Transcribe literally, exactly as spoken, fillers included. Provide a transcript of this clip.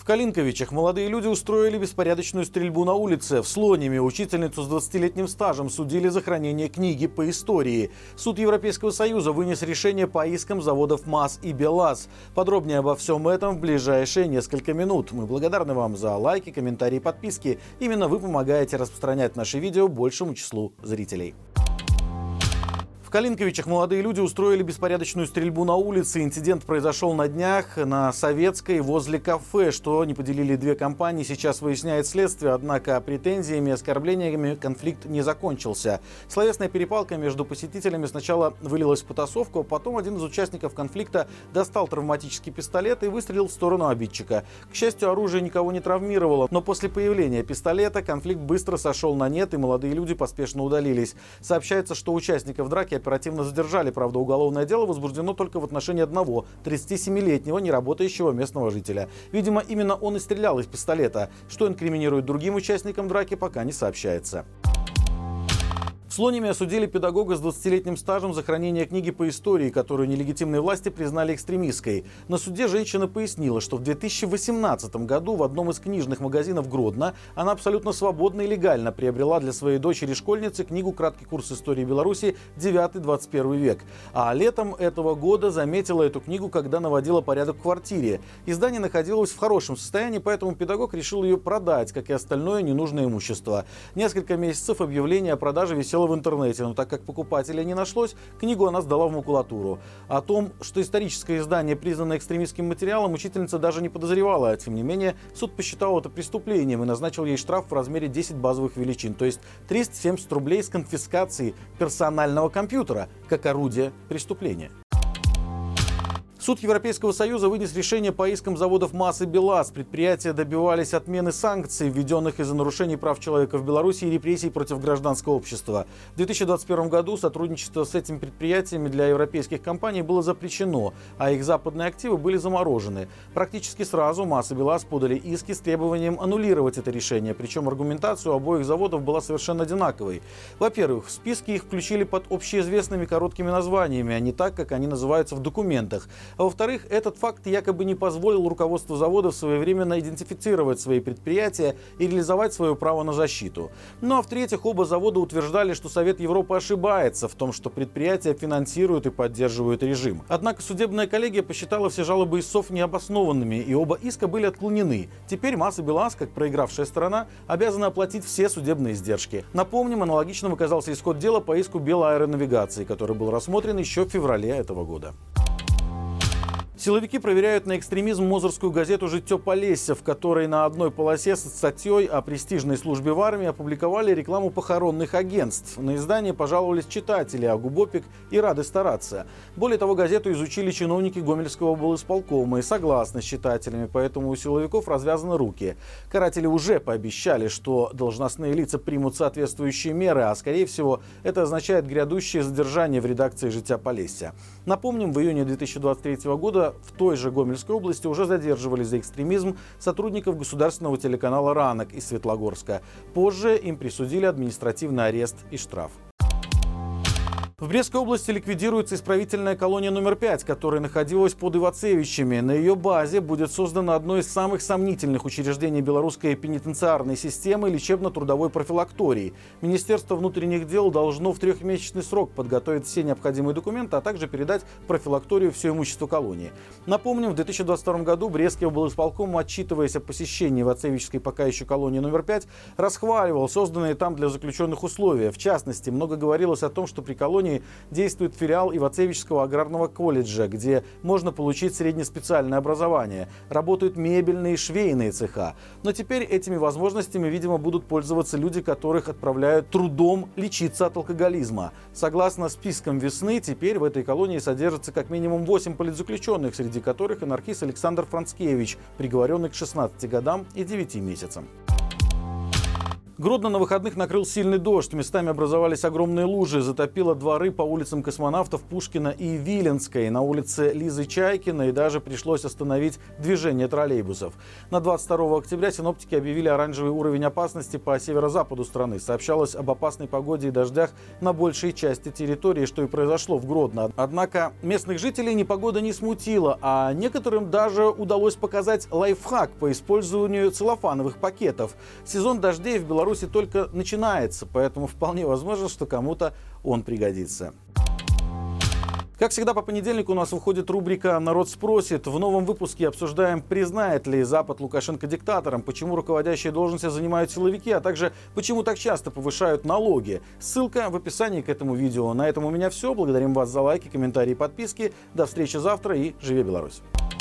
В Калинковичах молодые люди устроили беспорядочную стрельбу на улице. В Слониме учительницу с двадцатилетним стажем судили за хранение книги по истории. Суд Европейского Союза вынес решение по искам заводов МАЗ и БелАЗ. Подробнее обо всем этом в ближайшие несколько минут. Мы благодарны вам за лайки, комментарии и подписки. Именно вы помогаете распространять наши видео большему числу зрителей. В Калинковичах молодые люди устроили беспорядочную стрельбу на улице. Инцидент произошел на днях на Советской возле кафе. Что не поделили две компании, сейчас выясняет следствие. Однако претензиями и оскорблениями конфликт не закончился. Словесная перепалка между посетителями сначала вылилась в потасовку, а потом один из участников конфликта достал травматический пистолет и выстрелил в сторону обидчика. К счастью, оружие никого не травмировало, но после появления пистолета конфликт быстро сошел на нет, и молодые люди поспешно удалились. Сообщается, что участников драки оперативно задержали. Правда, уголовное дело возбуждено только в отношении одного тридцатисемилетнего неработающего местного жителя. Видимо, именно он и стрелял из пистолета. Что инкриминирует другим участникам драки, пока не сообщается. В Слониме осудили педагога с двадцатилетним стажем за хранение книги по истории, которую нелегитимные власти признали экстремистской. На суде женщина пояснила, что в две тысячи восемнадцатом году в одном из книжных магазинов Гродно она абсолютно свободно и легально приобрела для своей дочери-школьницы книгу «Краткий курс истории Беларуси девятый-двадцать первый век». А летом этого года заметила эту книгу, когда наводила порядок в квартире. Издание находилось в хорошем состоянии, поэтому педагог решил ее продать, как и остальное ненужное имущество. Несколько месяцев объявление о продаже висело в интернете, но так как покупателя не нашлось, книгу она сдала в макулатуру. О том, что историческое издание признано экстремистским материалом, учительница даже не подозревала. Тем не менее, суд посчитал это преступлением и назначил ей штраф в размере десяти базовых величин, то есть триста семьдесят рублей с конфискацией персонального компьютера, как орудие преступления. Суд Европейского Союза вынес решение по искам заводов МАЗ и БелАЗ. Предприятия добивались отмены санкций, введенных из-за нарушений прав человека в Беларуси и репрессий против гражданского общества. В две тысячи двадцать первом году сотрудничество с этими предприятиями для европейских компаний было запрещено, а их западные активы были заморожены. Практически сразу МАЗ и БелАЗ подали иски с требованием аннулировать это решение, причем аргументация у обоих заводов была совершенно одинаковой. Во-первых, в списке их включили под общеизвестными короткими названиями, а не так, как они называются в документах. А во-вторых, этот факт якобы не позволил руководству заводов своевременно идентифицировать свои предприятия и реализовать свое право на защиту. Ну а в-третьих, оба завода утверждали, что Совет Европы ошибается в том, что предприятия финансируют и поддерживают режим. Однако судебная коллегия посчитала все жалобы истцов необоснованными, и оба иска были отклонены. Теперь МАЗ и БелАЗ, как проигравшая сторона, обязаны оплатить все судебные издержки. Напомним, аналогичным оказался исход дела по иску Белаэронавигации, который был рассмотрен еще в феврале этого года. Силовики проверяют на экстремизм мозырскую газету «Життё Полесся», в которой на одной полосе с статьей о престижной службе в армии опубликовали рекламу похоронных агентств. На издание пожаловались читатели, а Губопик и рады стараться. Более того, газету изучили чиновники Гомельского облисполкома и согласны с читателями, поэтому у силовиков развязаны руки. Каратели уже пообещали, что должностные лица примут соответствующие меры, а скорее всего это означает грядущее задержание в редакции «Життя Полесся». Напомним, в июне две тысячи двадцать третьего года в той же Гомельской области уже задерживали за экстремизм сотрудников государственного телеканала «Ранок» из Светлогорска. Позже им присудили административный арест и штраф. В Брестской области ликвидируется исправительная колония номер пять, которая находилась под Ивацевичами. На ее базе будет создано одно из самых сомнительных учреждений белорусской пенитенциарной системы – лечебно-трудовой профилакторий. Министерство внутренних дел должно в трехмесячный срок подготовить все необходимые документы, а также передать в профилакторию все имущество колонии. Напомним, в две тысячи двадцать втором году Брестский облисполком, отчитываясь о посещении Ивацевичской пока еще колонии номер пять, расхваливал созданные там для заключенных условия. В частности, много говорилось о том, что при колонии действует филиал Ивацевичского аграрного колледжа, где можно получить среднеспециальное образование. Работают мебельные и швейные цеха. Но теперь этими возможностями, видимо, будут пользоваться люди, которых отправляют трудом лечиться от алкоголизма. Согласно спискам весны, теперь в этой колонии содержится как минимум восемь политзаключенных, среди которых анархист Александр Францкевич, приговоренный к шестнадцати годам и девяти месяцам. Гродно на выходных накрыл сильный дождь. Местами образовались огромные лужи. Затопило дворы по улицам Космонавтов, Пушкина и Виленской. На улице Лизы Чайкиной даже пришлось остановить движение троллейбусов. На двадцать второго октября синоптики объявили оранжевый уровень опасности по северо-западу страны. Сообщалось об опасной погоде и дождях на большей части территории, что и произошло в Гродно. Однако местных жителей непогода не смутила, а некоторым даже удалось показать лайфхак по использованию целлофановых пакетов. Сезон дождей в Беларуси Беларуси только начинается, поэтому вполне возможно, что кому-то он пригодится. Как всегда, по понедельнику у нас выходит рубрика «Народ спросит». В новом выпуске обсуждаем, признает ли Запад Лукашенко диктатором, почему руководящие должности занимают силовики, а также почему так часто повышают налоги. Ссылка в описании к этому видео. На этом у меня все. Благодарим вас за лайки, комментарии и подписки. До встречи завтра и живи Беларусь!